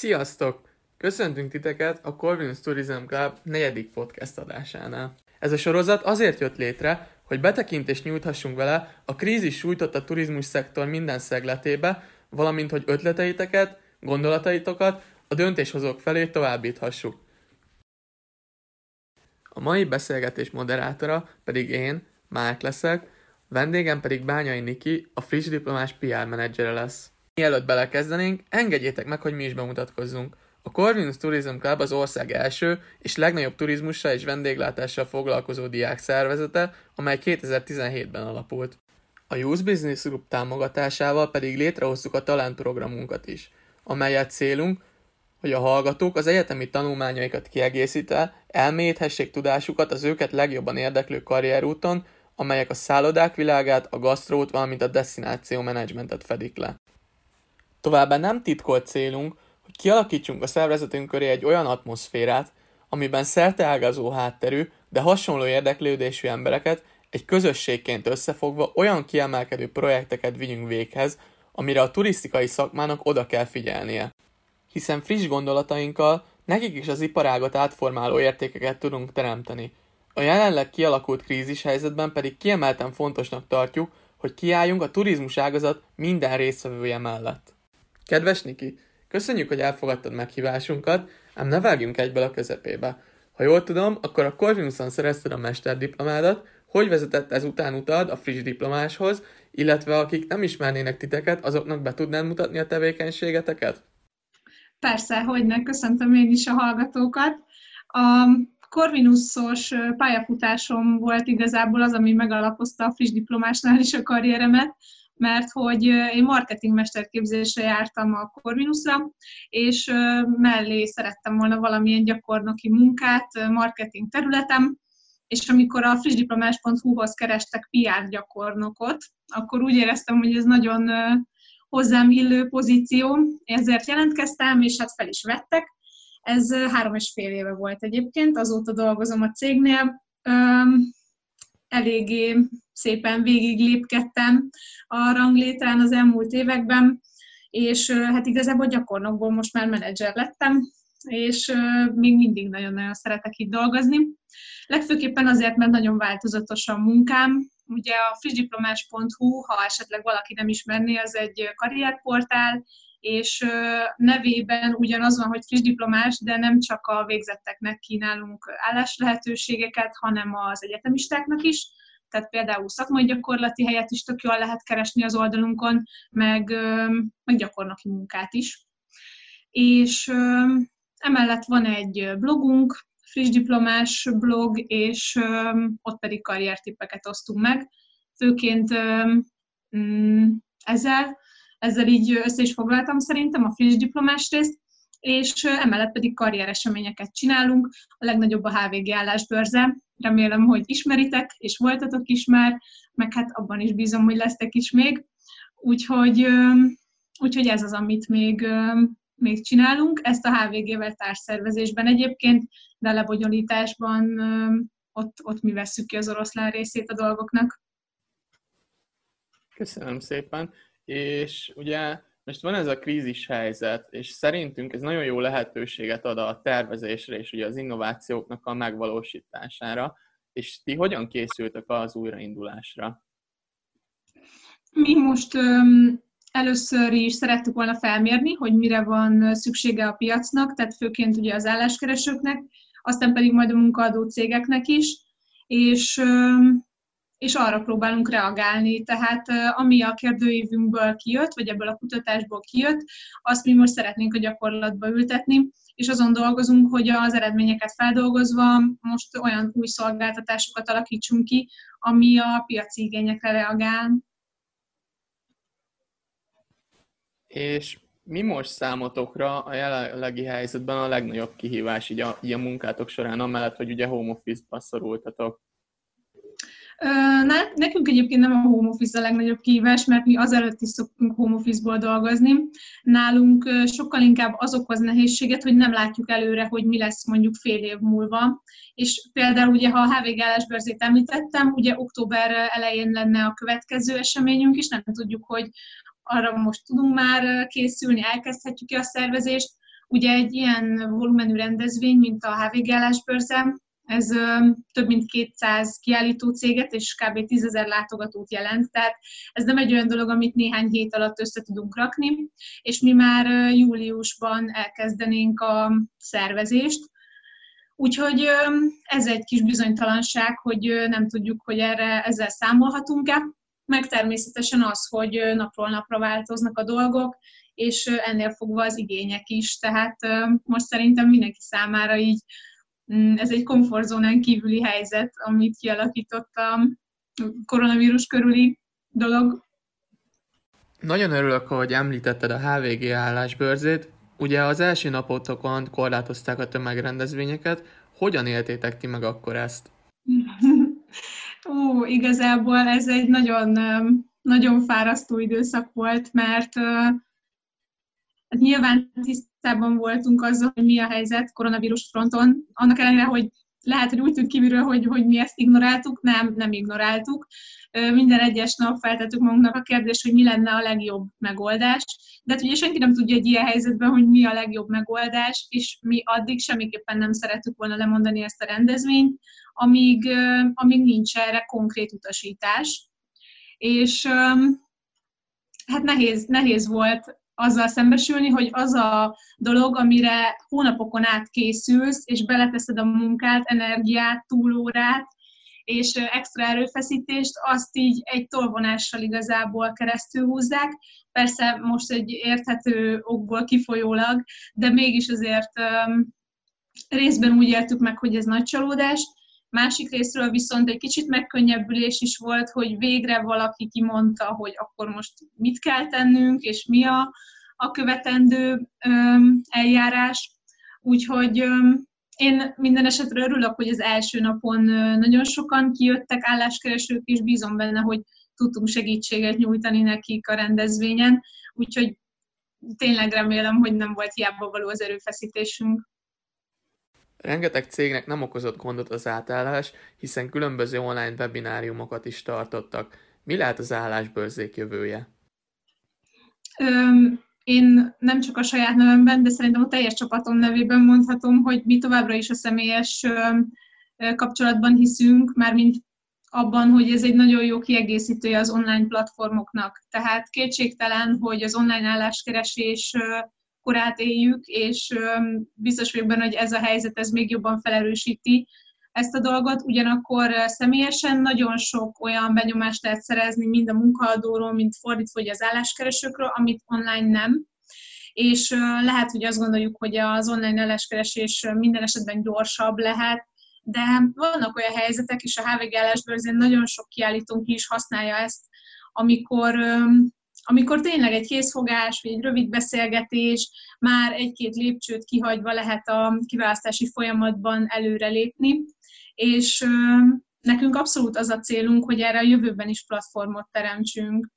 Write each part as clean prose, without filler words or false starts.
Sziasztok! Köszöntünk titeket a Corvinus Tourism Club 4. podcast adásánál. Ez a sorozat azért jött létre, hogy betekintést nyújthassunk vele a krízis sújtotta turizmus szektor minden szegletébe, valamint hogy ötleteiteket, gondolataitokat a döntéshozók felé továbbíthassuk. A mai beszélgetés moderátora pedig én, Márk leszek, vendégem pedig Bányai Niki, a friss diplomás PR menedzsere lesz. Mielőtt belekezdenénk, engedjétek meg, hogy mi is bemutatkozzunk. A Corvinus Tourism Club az ország első és legnagyobb turizmussal és vendéglátással foglalkozó diák szervezete, amely 2017-ben alapult. A Youth Business Group támogatásával pedig létrehoztuk a Talent programunkat is, amelyet célunk, hogy a hallgatók az egyetemi tanulmányaikat kiegészítve elmélyíthessék tudásukat az őket legjobban érdeklő karrierúton, amelyek a szállodák világát, a gasztrót, valamint a desztináció menedzsmentet fedik le. Továbbá nem titkolt célunk, hogy kialakítsunk a szervezetünk köré egy olyan atmoszférát, amiben szerteágazó hátterű, de hasonló érdeklődésű embereket egy közösségként összefogva olyan kiemelkedő projekteket vigyünk véghez, amire a turisztikai szakmának oda kell figyelnie. Hiszen friss gondolatainkkal nekik is az iparágat átformáló értékeket tudunk teremteni. A jelenleg kialakult krízishelyzetben pedig kiemelten fontosnak tartjuk, hogy kiálljunk a turizmus ágazat minden résztvevője mellett. Kedves Niki, köszönjük, hogy elfogadtad meghívásunkat, ám ne vágjunk egyből a közepébe. Ha jól tudom, akkor a Corvinuson szerezted a mesterdiplomádat, hogy vezetett ezután utad a friss diplomáshoz, illetve akik nem ismernének titeket, azoknak be tudnád mutatni a tevékenységeteket? Persze, hogyne, köszöntöm én is a hallgatókat. A Corvinusos pályafutásom volt igazából az, ami megalapozta a friss diplomásnál is a karrieremet, mert hogy én marketingmesterképzésre jártam a Corvinusra, és mellé szerettem volna valamilyen gyakornoki munkát marketing területem, és amikor a frissdiplomás.hu-hoz kerestek PR gyakornokot, akkor úgy éreztem, hogy ez nagyon hozzám illő pozíció, ezért jelentkeztem, és hát fel is vettek. Ez 3,5 éve volt egyébként, azóta dolgozom a cégnél. Eléggé szépen végig lépkedtem a ranglétrán az elmúlt években, és hát igazából gyakornokból most már menedzser lettem, és még mindig nagyon-nagyon szeretek itt dolgozni. Legfőképpen azért, mert nagyon változatos a munkám. Ugye a frissdiplomás.hu, ha esetleg valaki nem ismerné, az egy karrierportál, és nevében ugyanaz van, hogy frissdiplomás, de nem csak a végzetteknek kínálunk álláslehetőségeket, hanem az egyetemistáknak is. Tehát például szakmai gyakorlati helyet is tök jól lehet keresni az oldalunkon, meg gyakornoki munkát is. És emellett van egy blogunk, frissdiplomás blog, és ott pedig karriertippeket osztunk meg. Főként ezzel így össze is foglaltam szerintem a frissdiplomás részt, és emellett pedig karriereseményeket csinálunk. A legnagyobb a HVG állásbörze. Remélem, hogy ismeritek, és voltatok is már, meg hát abban is bízom, hogy lesztek is még. Úgyhogy ez az, amit még csinálunk. Ezt a HVG-vel társszervezésben egyébként, de a lebonyolításban ott mi vesszük ki az oroszlán részét a dolgoknak. Köszönöm szépen. És ugye most van ez a krízis helyzet, és szerintünk ez nagyon jó lehetőséget ad a tervezésre és ugye az innovációknak a megvalósítására. És ti hogyan készültek az újraindulásra? Mi most először is szerettük volna felmérni, hogy mire van szüksége a piacnak, tehát főként ugye az álláskeresőknek, aztán pedig majd a munkaadó cégeknek is, és arra próbálunk reagálni. Tehát ami a kérdőívünkből kijött, vagy ebből a kutatásból kijött, azt mi most szeretnénk a gyakorlatba ültetni, és azon dolgozunk, hogy az eredményeket feldolgozva most olyan új szolgáltatásokat alakítsunk ki, ami a piaci igényekre reagál. És mi most számotokra a jelenlegi helyzetben a legnagyobb kihívás így a munkátok során, amellett, hogy ugye home office-ba szorultatok? Nekünk egyébként nem a home office a legnagyobb kihívás, mert mi azelőtt is szoktunk home office-ból dolgozni. Nálunk sokkal inkább az okoz nehézséget, hogy nem látjuk előre, hogy mi lesz mondjuk fél év múlva. És például ugye, ha a HVG állásbörzét említettem, ugye október elején lenne a következő eseményünk is, nem tudjuk, hogy arra most tudunk már készülni, elkezdhetjük-e a szervezést, Ugye egy ilyen volumenű rendezvény, mint a HVG állásbörze, ez több mint 200 kiállító céget és kb. 10 000 látogatót jelent, tehát ez nem egy olyan dolog, amit néhány hét alatt össze tudunk rakni, és mi már júliusban elkezdenénk a szervezést. Úgyhogy ez egy kis bizonytalanság, hogy nem tudjuk, hogy ezzel számolhatunk-e, meg természetesen az, hogy napról napra változnak a dolgok, és ennél fogva az igények is. Tehát most szerintem mindenki számára így ez egy komfortzónán kívüli helyzet, amit kialakított a koronavírus körüli dolog. Nagyon örülök, hogy említetted a HVG állásbörzét. Ugye az első napotokon korlátozták a tömegrendezvényeket. Hogyan éltétek ti meg akkor ezt? Igazából ez egy nagyon, nagyon fárasztó időszak volt, mert nyilván tisztában voltunk azzal, hogy mi a helyzet koronavírus fronton. Annak ellenére, hogy lehet, hogy úgy tűnt kívülről, hogy mi ezt ignoráltuk, nem ignoráltuk. Minden egyes nap feltettük magunknak a kérdést, hogy mi lenne a legjobb megoldás. De hát ugye senki nem tudja egy ilyen helyzetben, hogy mi a legjobb megoldás, és mi addig semmiképpen nem szerettük volna lemondani ezt a rendezvényt, amíg nincs erre konkrét utasítás. És hát nehéz volt azzal szembesülni, hogy az a dolog, amire hónapokon át készülsz, és beleteszed a munkát, energiát, túlórát, és extra erőfeszítést, azt így egy tolvonással igazából keresztül húzzák. Persze most egy érthető okból kifolyólag, de mégis azért részben úgy éltük meg, hogy ez nagy csalódás. Másik részről viszont egy kicsit megkönnyebbülés is volt, hogy végre valaki kimondta, hogy akkor most mit kell tennünk, és mi a követendő eljárás. Úgyhogy én minden esetre örülök, hogy az első napon nagyon sokan kijöttek álláskeresők, és bízom benne, hogy tudtunk segítséget nyújtani nekik a rendezvényen. Úgyhogy tényleg remélem, hogy nem volt hiába való az erőfeszítésünk. Rengeteg cégnek nem okozott gondot az átállás, hiszen különböző online webináriumokat is tartottak. Mi lehet az állásbörzék jövője? Én nem csak a saját nevemben, de szerintem a teljes csapatom nevében mondhatom, hogy mi továbbra is a személyes kapcsolatban hiszünk, mármint abban, hogy ez egy nagyon jó kiegészítője az online platformoknak. Tehát kétségtelen, hogy az online álláskeresés korát éljük, és biztos vagyok benne, hogy ez a helyzet ez még jobban felerősíti ezt a dolgot. Ugyanakkor személyesen nagyon sok olyan benyomást lehet szerezni, mind a munkaadóról, mind fordítva az álláskeresőkről, amit online nem. És lehet, hogy azt gondoljuk, hogy az online álláskeresés minden esetben gyorsabb lehet, de vannak olyan helyzetek, és a HVG állásbörzén nagyon sok kiállítónk is használja ezt, amikor tényleg egy készfogás, vagy egy rövid beszélgetés, már egy-két lépcsőt kihagyva lehet a kiválasztási folyamatban előrelépni, és nekünk abszolút az a célunk, hogy erre a jövőben is platformot teremtsünk.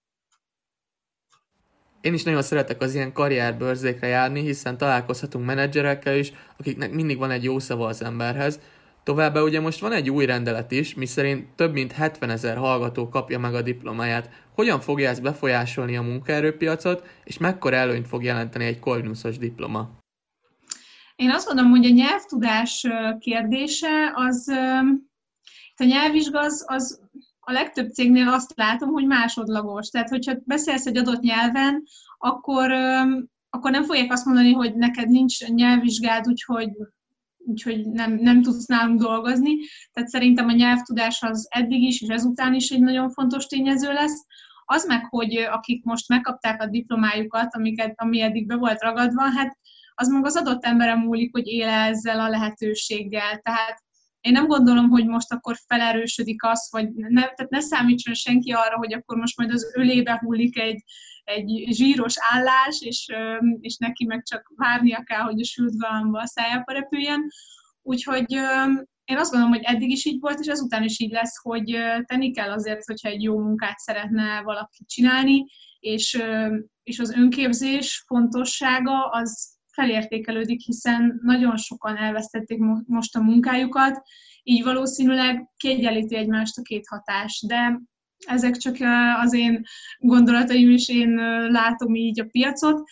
Én is nagyon szeretek az ilyen karrierbörzékre járni, hiszen találkozhatunk menedzserekkel is, akiknek mindig van egy jó szava az emberhez. Továbbá ugye most van egy új rendelet is, miszerint több mint 70 000 hallgató kapja meg a diplomáját. Hogyan fogja ezt befolyásolni a munkaerőpiacot, és mekkora előnyt fog jelenteni egy Corvinusos diploma? Én azt mondom, hogy a nyelvtudás kérdése, a nyelvvizsga az a legtöbb cégnél azt látom, hogy másodlagos. Tehát, hogyha beszélsz egy adott nyelven, akkor nem fogják azt mondani, hogy neked nincs nyelvvizsgád, úgyhogy nem tudsz nálunk dolgozni. Tehát szerintem a nyelvtudás az eddig is, és ezután is egy nagyon fontos tényező lesz. Az meg, hogy akik most megkapták a diplomájukat, ami eddig be volt ragadva, hát az meg az adott emberen múlik, hogy él ezzel a lehetőséggel. Tehát én nem gondolom, hogy most akkor felerősödik az, tehát ne számítson senki arra, hogy akkor most majd az ölébe hullik egy zsíros állás, és neki meg csak várnia kell, hogy a sült galamba a szájába repüljen. Úgyhogy én azt gondolom, hogy eddig is így volt, és ezután is így lesz, hogy tenni kell azért, hogyha egy jó munkát szeretne valaki csinálni, és az önképzés fontossága az felértékelődik, az nagyon sokan elvesztették most a munkájukat, így valószínűleg kiegyenlíti egymást a két hatás, de ezek csak az én gondolataim, és én látom így a piacot.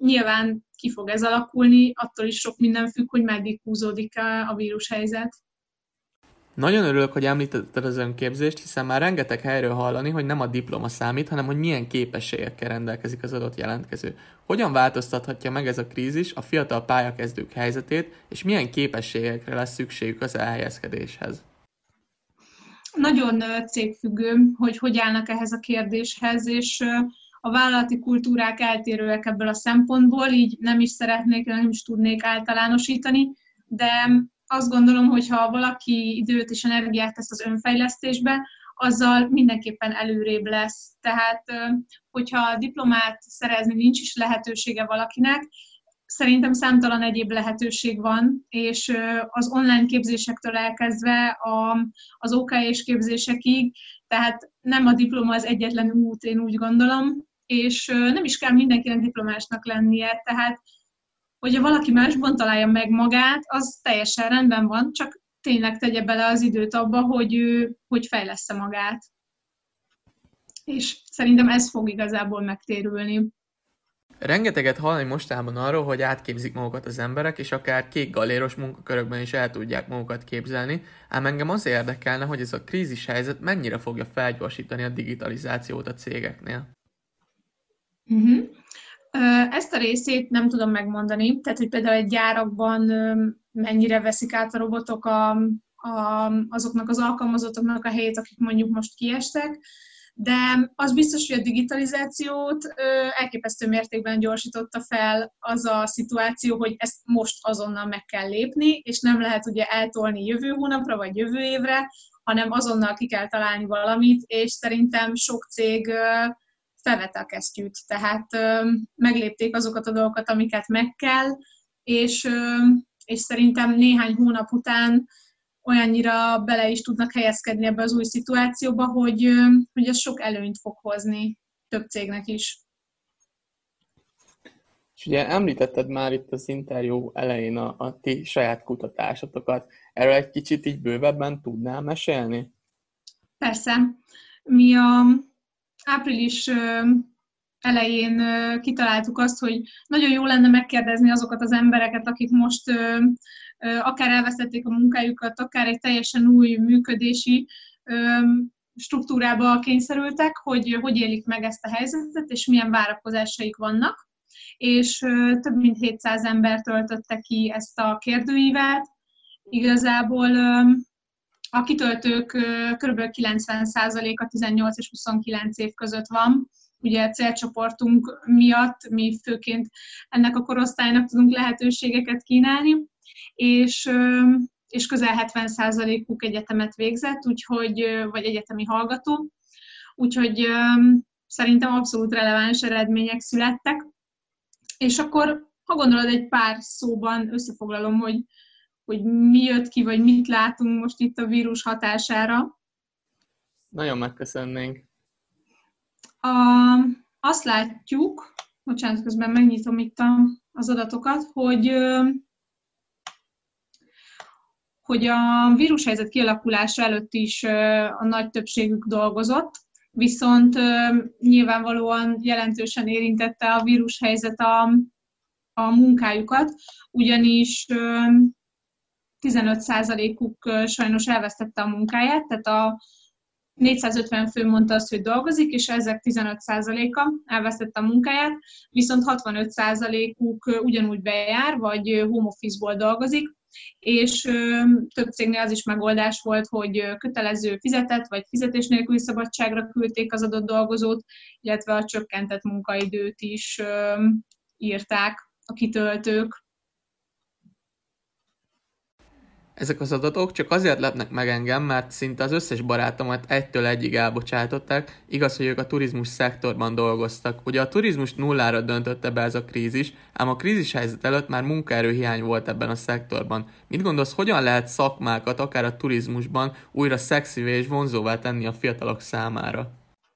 nyilván ki fog ez alakulni, attól is sok minden függ, hogy meddig húzódik a vírushelyzet. Nagyon örülök, hogy említetted az önképzést, hiszen már rengeteg helyről hallani, hogy nem a diploma számít, hanem hogy milyen képességekkel rendelkezik az adott jelentkező. Hogyan változtathatja meg ez a krízis a fiatal pályakezdők helyzetét, és milyen képességekre lesz szükségük az elhelyezkedéshez? Nagyon cégfüggő, hogy állnak ehhez a kérdéshez, és a vállalati kultúrák eltérőek ebből a szempontból, így nem is tudnék általánosítani, de azt gondolom, hogy ha valaki időt és energiát tesz az önfejlesztésbe, azzal mindenképpen előrébb lesz. Tehát, hogyha diplomát szerezni nincs is lehetősége valakinek, szerintem számtalan egyéb lehetőség van, és az online képzésektől elkezdve az OKS képzésekig, tehát nem a diploma az egyetlen út, én úgy gondolom, és nem is kell mindenkinek diplomásnak lennie, tehát hogyha valaki másban találja meg magát, az teljesen rendben van, csak tényleg tegye bele az időt abba, hogy fejlessze magát. És szerintem ez fog igazából megtérülni. Rengeteget hallani mostában arról, hogy átképzik magukat az emberek, és akár kék galéros munkakörökben is el tudják magukat képzelni, ám engem az érdekelne, hogy ez a krízis helyzet mennyire fogja felgyorsítani a digitalizációt a cégeknél. Ezt a részét nem tudom megmondani, tehát hogy például egy gyárakban mennyire veszik át a robotok azoknak az alkalmazottoknak a helyét, akik mondjuk most kiestek, de az biztos, hogy a digitalizációt elképesztő mértékben gyorsította fel az a szituáció, hogy ezt most azonnal meg kell lépni, és nem lehet ugye eltolni jövő hónapra vagy jövő évre, hanem azonnal ki kell találni valamit, és szerintem sok cég felvette a kesztyűt, tehát meglépték azokat a dolgokat, amiket meg kell, és szerintem néhány hónap után olyannyira bele is tudnak helyezkedni ebbe az új szituációba, hogy ez sok előnyt fog hozni több cégnek is. És ugye említetted már itt az interjú elején a ti saját kutatásotokat. Erről egy kicsit így bővebben tudnál mesélni? Persze. Mi a április elején kitaláltuk azt, hogy nagyon jó lenne megkérdezni azokat az embereket, akik most akár elvesztették a munkájukat, akár egy teljesen új működési struktúrába kényszerültek, hogy élik meg ezt a helyzetet, és milyen várakozásaik vannak. És több mint 700 ember töltötte ki ezt a kérdőívet. Igazából a kitöltők kb. 90%-a 18 és 29 év között van. Ugye a célcsoportunk miatt mi főként ennek a korosztálynak tudunk lehetőségeket kínálni, és közel 70%-uk egyetemet végzett, vagy egyetemi hallgató. Úgyhogy szerintem abszolút releváns eredmények születtek. És akkor, ha gondolod, egy pár szóban összefoglalom, hogy mi jött ki, vagy mit látunk most itt a vírus hatására. Nagyon megköszönnénk. Azt látjuk, bocsánat, közben megnyitom itt az adatokat, hogy a vírushelyzet kialakulása előtt is a nagy többségük dolgozott, viszont nyilvánvalóan jelentősen érintette a vírushelyzet a munkájukat, ugyanis 15%-uk sajnos elvesztette a munkáját, tehát a 450 fő mondta azt, hogy dolgozik, és ezek 15%-a elvesztette a munkáját, viszont 65%-uk ugyanúgy bejár, vagy home office-ból dolgozik, és több cégnél az is megoldás volt, hogy kötelező fizetett vagy fizetés nélküli szabadságra küldték az adott dolgozót, illetve a csökkentett munkaidőt is írták a kitöltők. Ezek az adatok csak azért lepnek meg engem, mert szinte az összes barátomat egytől egyig elbocsátották, igaz, hogy ők a turizmus szektorban dolgoztak. Ugye a turizmus nullára döntötte be ez a krízis, ám a krízis helyzet előtt már munkaerőhiány volt ebben a szektorban. Mit gondolsz, hogyan lehet szakmákat, akár a turizmusban újra szexivé és vonzóvá tenni a fiatalok számára?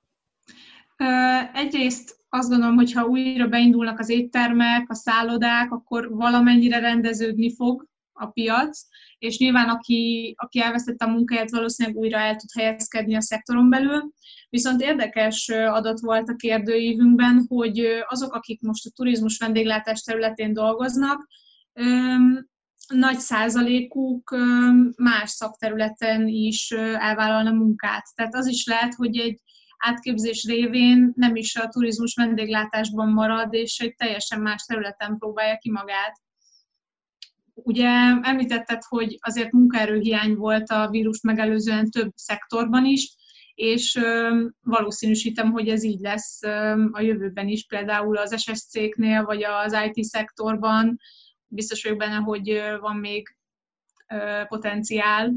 Egyrészt azt gondolom, hogy ha újra beindulnak az éttermek, a szállodák, akkor valamennyire rendeződni fog a piac, és nyilván aki elvesztette a munkáját, valószínűleg újra el tud helyezkedni a szektoron belül. Viszont érdekes adat volt a kérdőívünkben, hogy azok, akik most a turizmus vendéglátás területén dolgoznak, nagy százalékuk más szakterületen is elvállalna munkát. Tehát az is lehet, hogy egy átképzés révén nem is a turizmus vendéglátásban marad, és egy teljesen más területen próbálja ki magát. Ugye említetted, hogy azért munkaerőhiány volt a vírust megelőzően több szektorban is, és valószínűsítem, hogy ez így lesz a jövőben is, például az SSC-knél, vagy az IT-szektorban. Biztos vagyok benne, hogy van még potenciál.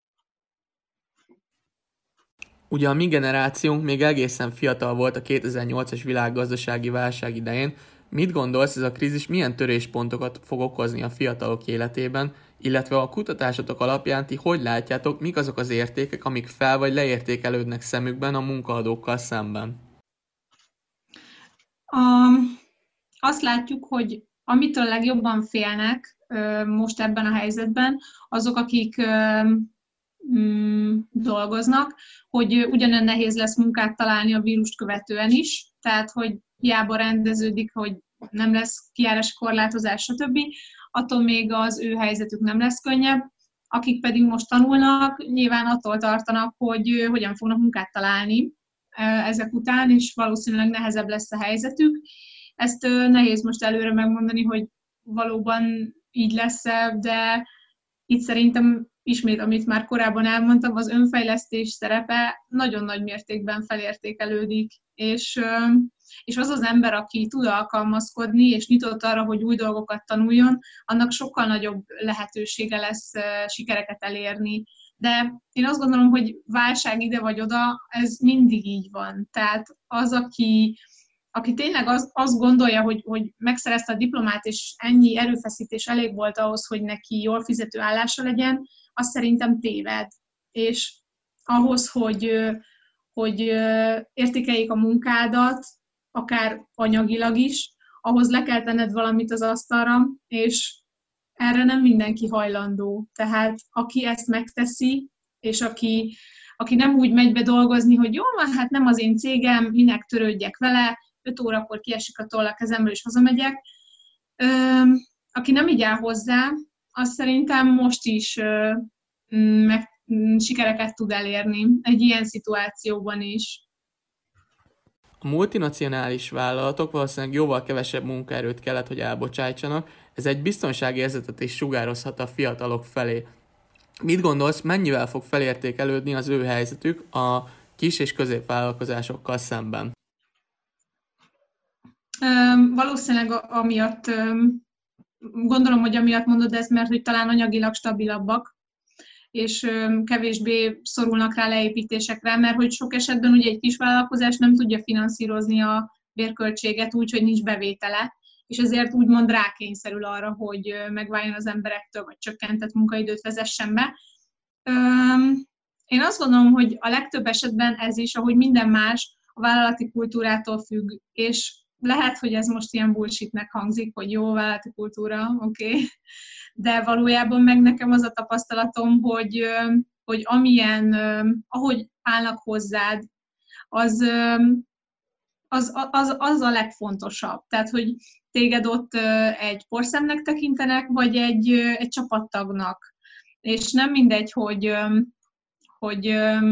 Ugye a mi generációnk még egészen fiatal volt a 2008-as világgazdasági válság idején. Mit gondolsz, ez a krízis milyen töréspontokat fog okozni a fiatalok életében, illetve a kutatásotok alapján ti hogy látjátok, mik azok az értékek, amik fel- vagy leértékelődnek szemükben a munkaadókkal szemben? Azt látjuk, hogy amitől legjobban félnek most ebben a helyzetben, azok, akik dolgoznak, hogy ugyanolyan nehéz lesz munkát találni a vírust követően is, tehát hogy hiába rendeződik, hogy nem lesz kijárási korlátozás, stb. Attól még az ő helyzetük nem lesz könnyebb. Akik pedig most tanulnak, nyilván attól tartanak, hogy hogyan fognak munkát találni ezek után, és valószínűleg nehezebb lesz a helyzetük. Ezt nehéz most előre megmondani, hogy valóban így lesz-e, de itt szerintem ismét, amit már korábban elmondtam, az önfejlesztés szerepe nagyon nagy mértékben felértékelődik, és az az ember, aki tud alkalmazkodni, és nyitott arra, hogy új dolgokat tanuljon, annak sokkal nagyobb lehetősége lesz sikereket elérni. De én azt gondolom, hogy válság ide vagy oda, ez mindig így van. Tehát az, aki tényleg azt gondolja, hogy megszerezte a diplomát, és ennyi erőfeszítés elég volt ahhoz, hogy neki jól fizető állása legyen, az szerintem téved. És ahhoz, hogy értékeljék a munkádat, akár anyagilag is, ahhoz le kell tenned valamit az asztalra, és erre nem mindenki hajlandó. Tehát aki ezt megteszi, és aki nem úgy megy be dolgozni, hogy jó, hát nem az én cégem, minek törődjek vele, 5 órakor kiesik a toll a kezemből, és hazamegyek. Aki nem így áll hozzá, az szerintem most is sikereket tud elérni egy ilyen szituációban is. A multinacionális vállalatok valószínűleg jóval kevesebb munkaerőt kellett, hogy elbocsájtsanak, ez egy biztonságérzetet is sugározhat a fiatalok felé. Mit gondolsz, mennyivel fog felértékelődni az ő helyzetük a kis- és középvállalkozásokkal szemben? Valószínűleg amiatt, gondolom, hogy amiatt mondod ezt, mert hogy talán anyagilag stabilabbak, és kevésbé szorulnak rá leépítésekre, mert hogy sok esetben ugye egy kisvállalkozás nem tudja finanszírozni a bérköltséget úgy, hogy nincs bevétele, és ezért úgymond rákényszerül arra, hogy megváljon az emberektől, vagy csökkentett munkaidőt vezessen be. Én azt gondolom, hogy a legtöbb esetben ez is, ahogy minden más, a vállalati kultúrától függ, és lehet, hogy ez most ilyen bullshitnek hangzik, hogy jó, vállalati kultúra, oké. De valójában meg nekem az a tapasztalatom, hogy amilyen, ahogy állnak hozzád, az a legfontosabb. Tehát, hogy téged ott egy porszemnek tekintenek, vagy egy csapattagnak. És nem mindegy, hogy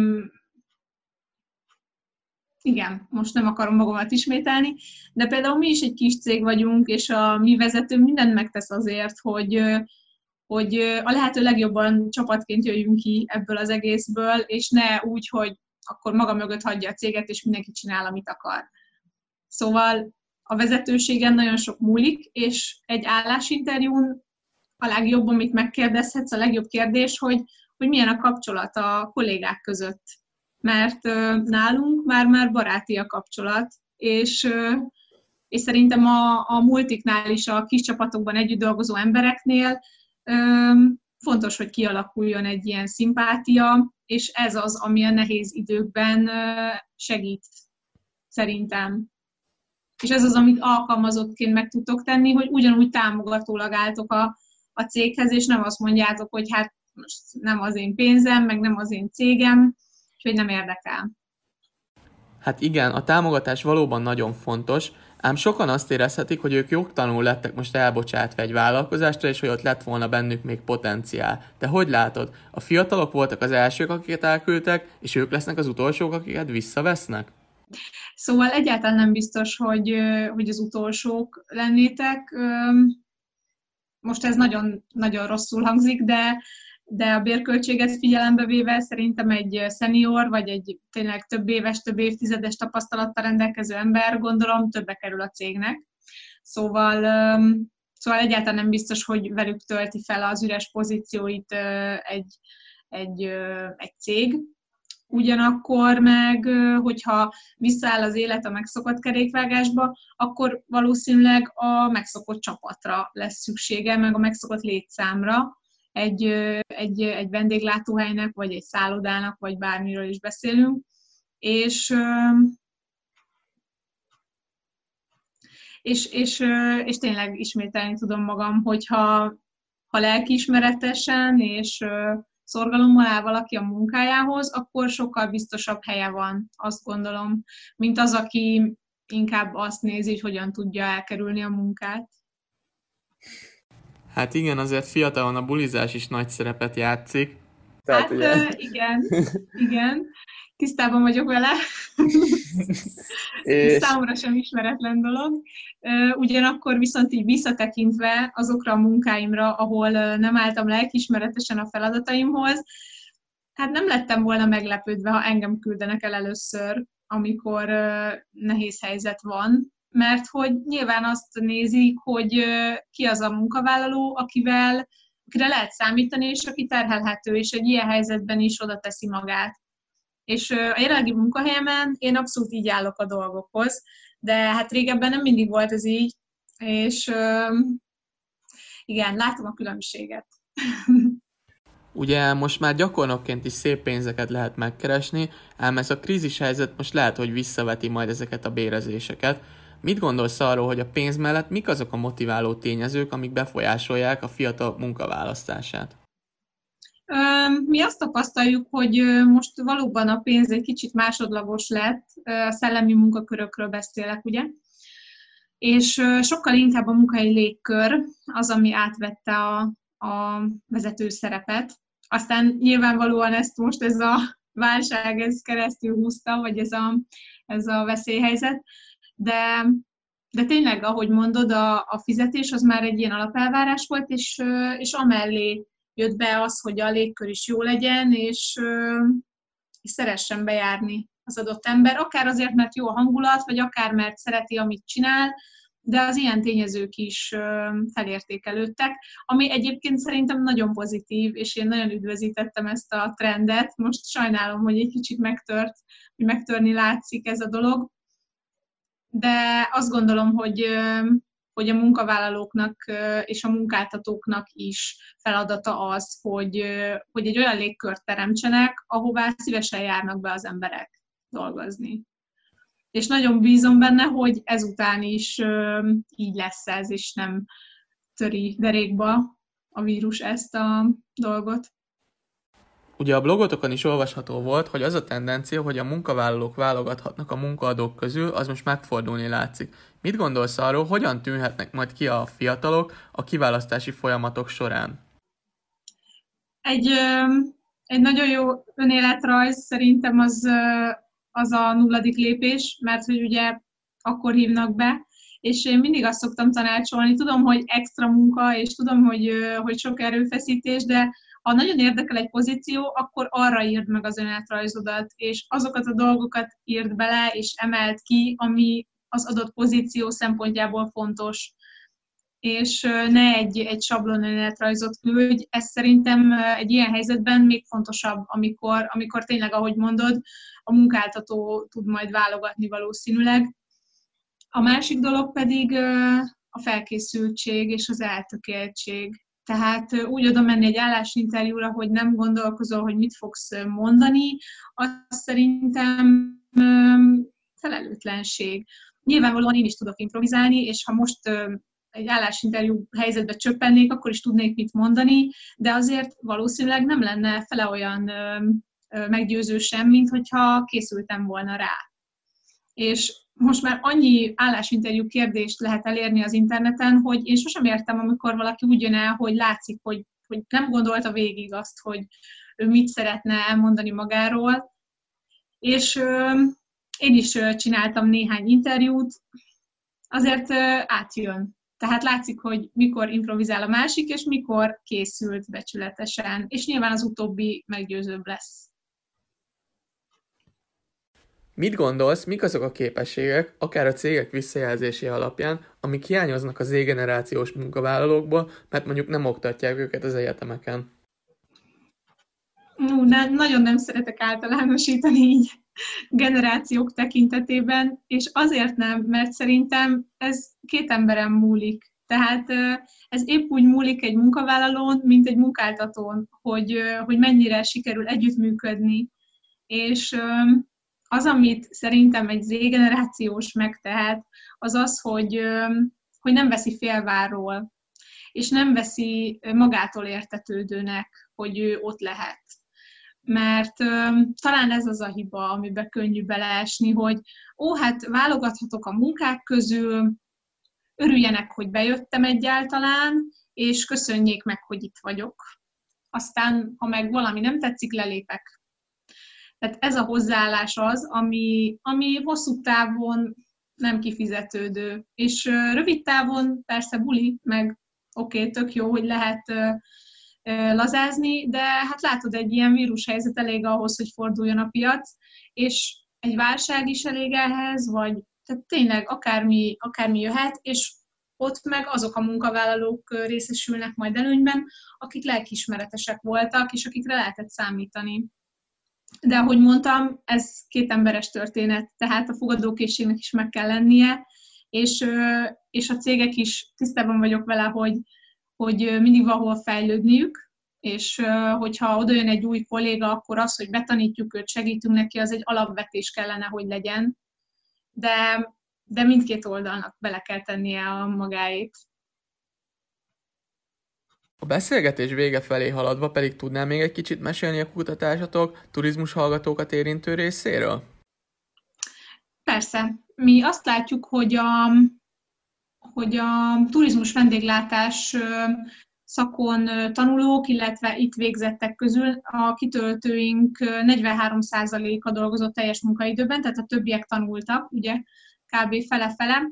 igen, most nem akarom magamat ismételni, de például mi is egy kis cég vagyunk, és a mi vezetőnk mindent megtesz azért, hogy a lehető legjobban csapatként jöjjünk ki ebből az egészből, és ne úgy, hogy akkor maga mögött hagyja a céget, és mindenki csinál, amit akar. Szóval a vezetőségen nagyon sok múlik, és egy állásinterjún a legjobb, amit megkérdezhetsz, a legjobb kérdés, hogy milyen a kapcsolat a kollégák között. Mert nálunk már baráti a kapcsolat, és szerintem a multiknál is, a kis csapatokban együtt dolgozó embereknél fontos, hogy kialakuljon egy ilyen szimpátia, és ez az, ami a nehéz időkben segít, szerintem. És ez az, amit alkalmazottként meg tudtok tenni, hogy ugyanúgy támogatólag álltok a céghez, és nem azt mondjátok, hogy hát most nem az én pénzem, meg nem az én cégem, úgyhogy nem érdekel. Hát igen, a támogatás valóban nagyon fontos, ám sokan azt érezhetik, hogy ők jogtalanul lettek most elbocsátva egy vállalkozásra, és hogy ott lett volna bennük még potenciál. De hogy látod, a fiatalok voltak az elsők, akiket elküldtek, és ők lesznek az utolsók, akiket visszavesznek? Szóval egyáltalán nem biztos, hogy az utolsók lennétek. Most ez nagyon, nagyon rosszul hangzik, de a bérköltséget figyelembe véve szerintem egy szenior, vagy egy tényleg több éves, több évtizedes tapasztalattal rendelkező ember, gondolom, többe kerül a cégnek. Szóval egyáltalán nem biztos, hogy velük tölti fel az üres pozícióit egy cég. Ugyanakkor meg, hogyha visszaáll az élet a megszokott kerékvágásba, akkor valószínűleg a megszokott csapatra lesz szüksége, meg a megszokott létszámra egy vendéglátóhelynek, vagy egy szállodának, vagy bármiről is beszélünk. És tényleg ismételni tudom magam, hogyha lelkiismeretesen és szorgalommal áll valaki a munkájához, akkor sokkal biztosabb helye van, azt gondolom, mint az, aki inkább azt nézi, hogy hogyan tudja elkerülni a munkát. Hát igen, azért fiatalon a bulizás is nagy szerepet játszik. Hát igen, tisztában vagyok vele. Számomra sem ismeretlen dolog. Ugyanakkor viszont így visszatekintve azokra a munkáimra, ahol nem álltam lelkiismeretesen a feladataimhoz, hát nem lettem volna meglepődve, ha engem küldenek el először, amikor nehéz helyzet van, mert hogy nyilván azt nézik, hogy ki az a munkavállaló, akire lehet számítani, és aki terhelhető, és egy ilyen helyzetben is oda teszi magát. És a jelenlegi munkahelyemen én abszolút így állok a dolgokhoz, de hát régebben nem mindig volt ez így, és igen, látom a különbséget. Ugye most már gyakornokként is szép pénzeket lehet megkeresni, ám ez a krízis helyzet most lehet, hogy visszaveti majd ezeket a bérezéseket. Mit gondolsz arról, hogy a pénz mellett mik azok a motiváló tényezők, amik befolyásolják a fiatalok munkaválasztását? Mi azt tapasztaljuk, hogy most valóban a pénz egy kicsit másodlagos lett, a szellemi munkakörökről beszélek, ugye? És sokkal inkább a munkahelyi légkör az, ami átvette a vezető szerepet. Aztán nyilvánvalóan ezt most ez a válság ez keresztül húzta, vagy ez a veszélyhelyzet, de tényleg, ahogy mondod, a fizetés az már egy ilyen alapelvárás volt, és amellé jött be az, hogy a légkör is jó legyen, és szeressen bejárni az adott ember, akár azért, mert jó a hangulat, vagy akár mert szereti, amit csinál, de az ilyen tényezők is felértékelődtek, ami egyébként szerintem nagyon pozitív, és én nagyon üdvözítettem ezt a trendet. Most sajnálom, hogy egy kicsit hogy megtörni látszik ez a dolog, de azt gondolom, hogy a munkavállalóknak és a munkáltatóknak is feladata az, hogy egy olyan légkört teremtsenek, ahová szívesen járnak be az emberek dolgozni. És nagyon bízom benne, hogy ezután is így lesz ez, és nem töri derékba a vírus ezt a dolgot. Ugye a blogotokon is olvasható volt, hogy az a tendencia, hogy a munkavállalók válogathatnak a munkaadók közül, az most megfordulni látszik. Mit gondolsz arról, hogyan tűnhetnek majd ki a fiatalok a kiválasztási folyamatok során? Egy nagyon jó önéletrajz szerintem az a 0. lépés, mert hogy ugye akkor hívnak be, és én mindig azt szoktam tanácsolni, tudom, hogy extra munka, és tudom, hogy sok erőfeszítés, de ha nagyon érdekel egy pozíció, akkor arra írd meg az önéletrajzodat, és azokat a dolgokat írd bele, és emeld ki, ami az adott pozíció szempontjából fontos. És ne egy sablon önéletrajzot küldj. Ez szerintem egy ilyen helyzetben még fontosabb, amikor tényleg, ahogy mondod, a munkáltató tud majd válogatni valószínűleg. A másik dolog pedig a felkészültség és az eltökéltség. Tehát úgy oda menni egy állásinterjúra, hogy nem gondolkozol, hogy mit fogsz mondani, az szerintem felelőtlenség. Nyilvánvalóan én is tudok improvizálni, és ha most egy állásinterjú helyzetbe csöppennék, akkor is tudnék mit mondani, de azért valószínűleg nem lenne fele olyan meggyőző sem, mint hogyha készültem volna rá. És most már annyi állásinterjú kérdést lehet elérni az interneten, hogy én sosem értem, amikor valaki úgy jön el, hogy látszik, hogy nem gondolta végig azt, hogy ő mit szeretne elmondani magáról. És én is csináltam néhány interjút, azért átjön. Tehát látszik, hogy mikor improvizál a másik, és mikor készült becsületesen. És nyilván az utóbbi meggyőzőbb lesz. Mit gondolsz, mik azok a képességek, akár a cégek visszajelzése alapján, amik hiányoznak az Z-generációs munkavállalókból, mert mondjuk nem oktatják őket az egyetemeken? Nagyon nem szeretek általánosítani így generációk tekintetében, és azért nem, mert szerintem ez két emberen múlik. Tehát ez épp úgy múlik egy munkavállalón, mint egy munkáltatón, hogy mennyire sikerül együttműködni. És az, amit szerintem egy Z-generációs megtehet, az az, hogy nem veszi félvárról, és nem veszi magától értetődőnek, hogy ő ott lehet. Mert talán ez az a hiba, amiben könnyű beleesni, hogy hát válogathatok a munkák közül, örüljenek, hogy bejöttem egyáltalán, és köszönjék meg, hogy itt vagyok. Aztán, ha meg valami nem tetszik, lelépek. Tehát ez a hozzáállás az, ami hosszú távon nem kifizetődő. És rövid távon persze buli, meg oké, tök jó, hogy lehet lazázni, de hát látod, egy ilyen vírushelyzet elég ahhoz, hogy forduljon a piac, és egy válság is elég ehhez, vagy tehát tényleg akármi jöhet, és ott meg azok a munkavállalók részesülnek majd előnyben, akik lelkiismeretesek voltak, és akikre lehetett számítani. De ahogy mondtam, ez két emberes történet, tehát a fogadókészségnek is meg kell lennie, és a cégek is tisztában vagyok vele, hogy mindig valahol fejlődniük, és hogyha odajön egy új kolléga, akkor az, hogy betanítjuk őt, segítünk neki, az egy alapvetés kellene, hogy legyen, de mindkét oldalnak bele kell tennie a magáét. A beszélgetés vége felé haladva pedig tudnál még egy kicsit mesélni a kutatásatok turizmus hallgatókat érintő részéről? Persze. Mi azt látjuk, hogy a turizmus vendéglátás szakon tanulók, illetve itt végzettek közül a kitöltőink 43%-a dolgozott teljes munkaidőben, tehát a többiek tanultak, ugye kb. Fele-fele,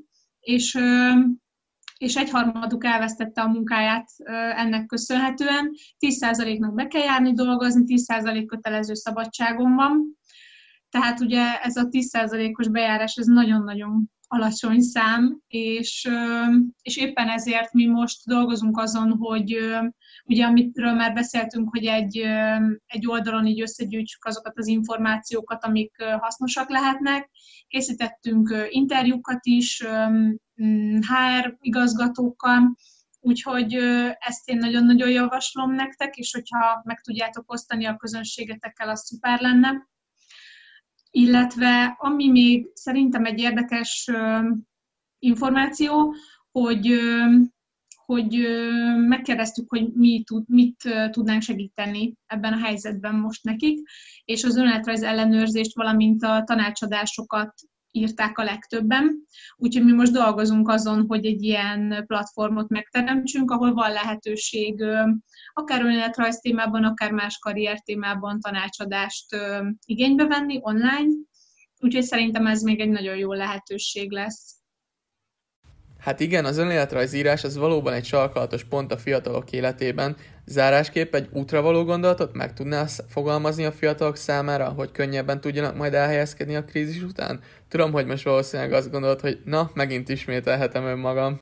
és egyharmaduk elvesztette a munkáját ennek köszönhetően. 10%-nak be kell járni dolgozni, 10% kötelező szabadságon van. Tehát ugye ez a 10%-os bejárás, ez nagyon-nagyon alacsony szám, és éppen ezért mi most dolgozunk azon, hogy ugye amitről már beszéltünk, hogy egy oldalon így összegyűjtsük azokat az információkat, amik hasznosak lehetnek. Készítettünk interjúkat is HR igazgatókkal, úgyhogy ezt én nagyon-nagyon javaslom nektek, és hogyha meg tudjátok osztani a közönségetekkel, az szuper lenne. Illetve ami még szerintem egy érdekes információ, hogy megkérdeztük, hogy mit tudnánk segíteni ebben a helyzetben most nekik, és az önéletrajz ellenőrzést, valamint a tanácsadásokat írták a legtöbben. Úgyhogy mi most dolgozunk azon, hogy egy ilyen platformot megteremtsünk, ahol van lehetőség akár önéletrajz témában, akár más karrier témában tanácsadást igénybe venni online. Úgyhogy szerintem ez még egy nagyon jó lehetőség lesz. Hát igen, az önéletrajzírás az valóban egy sarkalatos pont a fiatalok életében. Zárásképp egy útra való gondolatot meg tudnál fogalmazni a fiatalok számára, hogy könnyebben tudjanak majd elhelyezkedni a krízis után? Tudom, hogy most valószínűleg azt gondolod, hogy na, megint ismételhetem önmagam.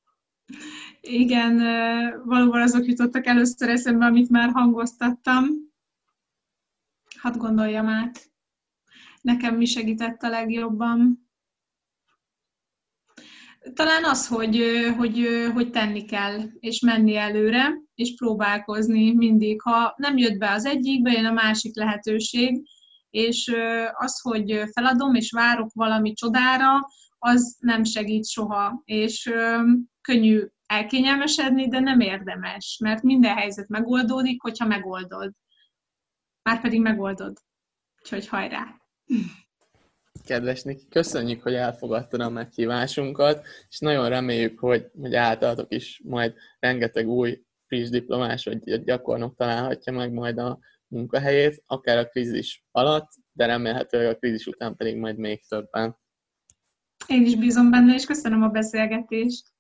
Igen, valóban azok jutottak először eszembe, amit már hangoztattam. Hadd gondoljam át. Nekem mi segített a legjobban? Talán az, hogy tenni kell, és menni előre, és próbálkozni mindig. Ha nem jött be az egyik, bejön a másik lehetőség, és az, hogy feladom, és várok valami csodára, az nem segít soha. És könnyű elkényelmesedni, de nem érdemes, mert minden helyzet megoldódik, hogyha megoldod. Márpedig megoldod. Úgyhogy hajrá! Kedves Niki, köszönjük, hogy elfogadtad a meghívásunkat, és nagyon reméljük, hogy általatok is majd rengeteg új friss diplomás vagy gyakornok találhatja meg majd a munkahelyét, akár a krízis alatt, de remélhetőleg a krízis után pedig majd még többen. Én is bízom benne, és köszönöm a beszélgetést.